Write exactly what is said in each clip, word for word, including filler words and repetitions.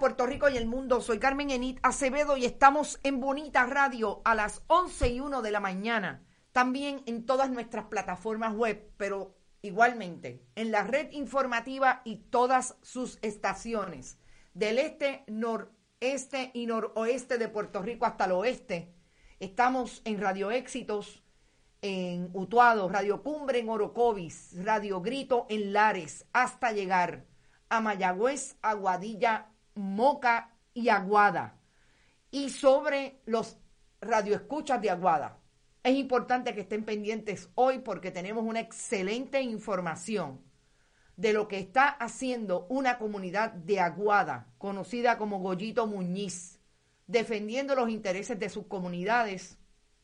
Puerto Rico y el mundo. Soy Carmen Enit Acevedo y estamos en Bonita Radio a las once y uno de la mañana. También en todas nuestras plataformas web, pero igualmente en la red informativa y todas sus estaciones. Del este, noreste y noroeste de Puerto Rico hasta el oeste. Estamos en Radio Éxitos en Utuado, Radio Cumbre en Orocovis, Radio Grito en Lares, hasta llegar a Mayagüez, Aguadilla, Moca y Aguada. Y sobre los radioescuchas de Aguada, es importante que estén pendientes hoy porque tenemos una excelente información de lo que está haciendo una comunidad de Aguada, conocida como Goyito Muñiz, defendiendo los intereses de sus comunidades,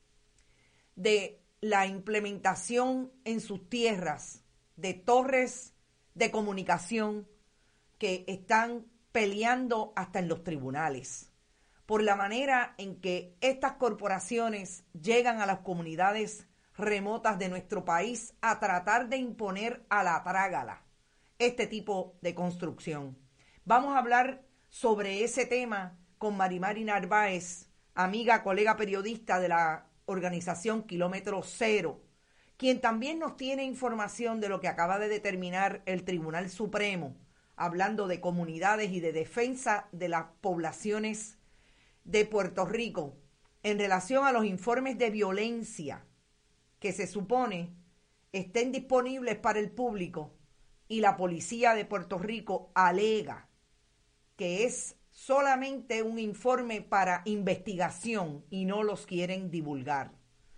de la implementación en sus tierras de torres de comunicación que están peleando hasta en los tribunales por la manera en que estas corporaciones llegan a las comunidades remotas de nuestro país a tratar de imponer a la trágala este tipo de construcción. Vamos a hablar sobre ese tema con Marimari Narváez, amiga, colega periodista de la organización Kilómetro Cero, quien también nos tiene información de lo que acaba de determinar el Tribunal Supremo, hablando de comunidades y de defensa de las poblaciones de Puerto Rico en relación a los informes de violencia que se supone estén disponibles para el público y la policía de Puerto Rico alega que es solamente un informe para investigación y no los quieren divulgar.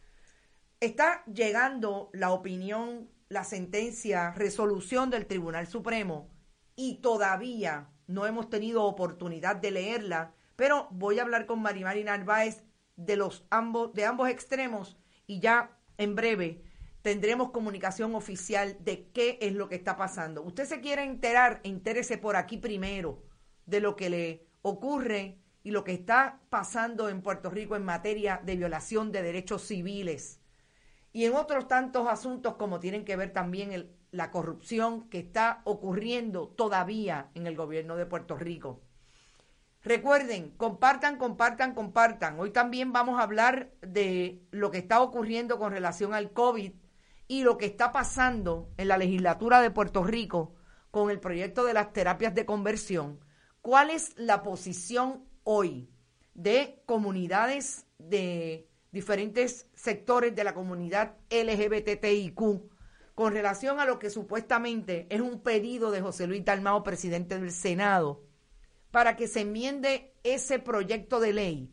Está llegando la opinión, la sentencia, resolución del Tribunal Supremo y todavía no hemos tenido oportunidad de leerla, pero voy a hablar con Marimari Narváez de los ambos, de ambos extremos y ya en breve tendremos comunicación oficial de qué es lo que está pasando. Usted se quiere enterar, entérese por aquí primero de lo que le ocurre y lo que está pasando en Puerto Rico en materia de violación de derechos civiles y en otros tantos asuntos como tienen que ver también el, la corrupción que está ocurriendo todavía en el gobierno de Puerto Rico. Recuerden, compartan, compartan, compartan. Hoy también vamos a hablar de lo que está ocurriendo con relación al COVID y lo que está pasando en la legislatura de Puerto Rico con el proyecto de las terapias de conversión. ¿Cuál es la posición hoy de comunidades de diferentes sectores de la comunidad L G B T I Q con relación a lo que supuestamente es un pedido de José Luis Dalmau, presidente del Senado, para que se enmiende ese proyecto de ley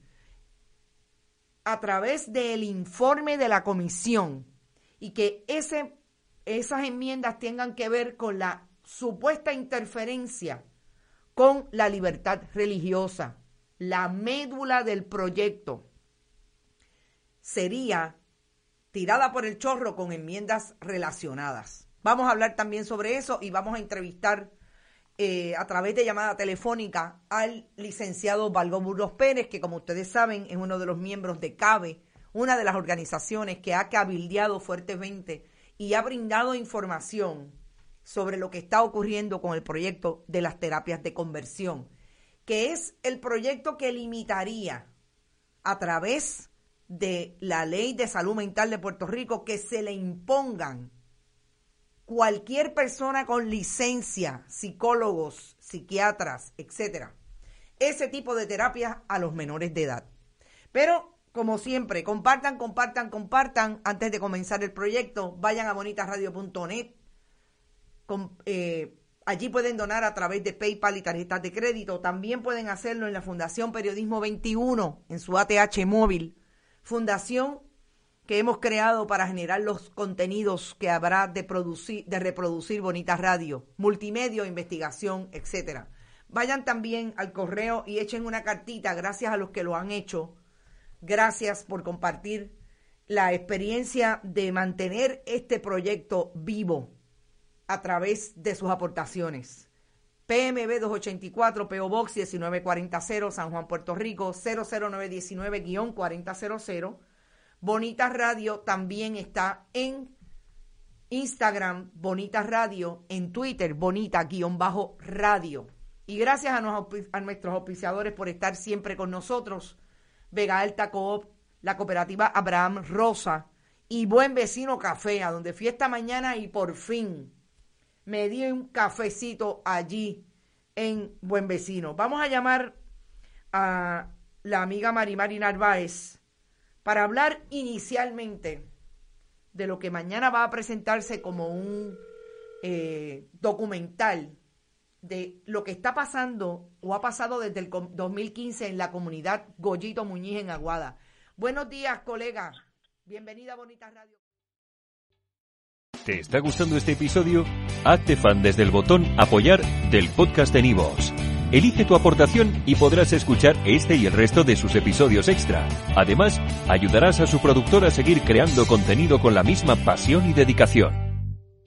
a través del informe de la comisión y que ese, esas enmiendas tengan que ver con la supuesta interferencia con la libertad religiosa? La médula del proyecto sería tirada por el chorro con enmiendas relacionadas. Vamos a hablar también sobre eso y vamos a entrevistar eh, a través de llamada telefónica al licenciado Valgo Burgos Pérez, que como ustedes saben es uno de los miembros de CABE, una de las organizaciones que ha cabildeado fuertemente y ha brindado información sobre lo que está ocurriendo con el proyecto de las terapias de conversión, que es el proyecto que limitaría a través de la Ley de Salud Mental de Puerto Rico que se le impongan cualquier persona con licencia, psicólogos, psiquiatras, etcétera, ese tipo de terapias a los menores de edad. Pero, como siempre, compartan, compartan, compartan. Antes de comenzar el proyecto, vayan a bonita radio punto net. Con, eh, allí pueden donar a través de PayPal y tarjetas de crédito. También pueden hacerlo en la Fundación Periodismo veintiuno, en su A T H móvil. Fundación que hemos creado para generar los contenidos que habrá de producir, de reproducir Bonita Radio, multimedia, investigación, etcétera. Vayan también al correo y echen una cartita, gracias a los que lo han hecho. Gracias por compartir la experiencia de mantener este proyecto vivo a través de sus aportaciones. P M B doscientos ochenta y cuatro, P O Box diecinueve cuarenta, San Juan, Puerto Rico, cero cero nueve diecinueve cuarenta cero cero. Bonita Radio también está en Instagram, Bonita Radio, en Twitter, Bonita-Radio. Y gracias a, nos, a nuestros auspiciadores por estar siempre con nosotros. Vega Alta Coop, la cooperativa Abraham Rosa y Buen Vecino Café, a donde fui esta mañana y por fin me di un cafecito allí en Buen Vecino. Vamos a llamar a la amiga Marimari Narváez para hablar inicialmente de lo que mañana va a presentarse como un eh, documental de lo que está pasando o ha pasado desde el dos mil quince en la comunidad Goyito Muñiz en Aguada. Buenos días, colega. Bienvenida a Bonita Radio. ¿Te está gustando este episodio? Hazte fan desde el botón Apoyar del podcast de Nivos. Elige tu aportación y podrás escuchar este y el resto de sus episodios extra. Además, ayudarás a su productor a seguir creando contenido con la misma pasión y dedicación.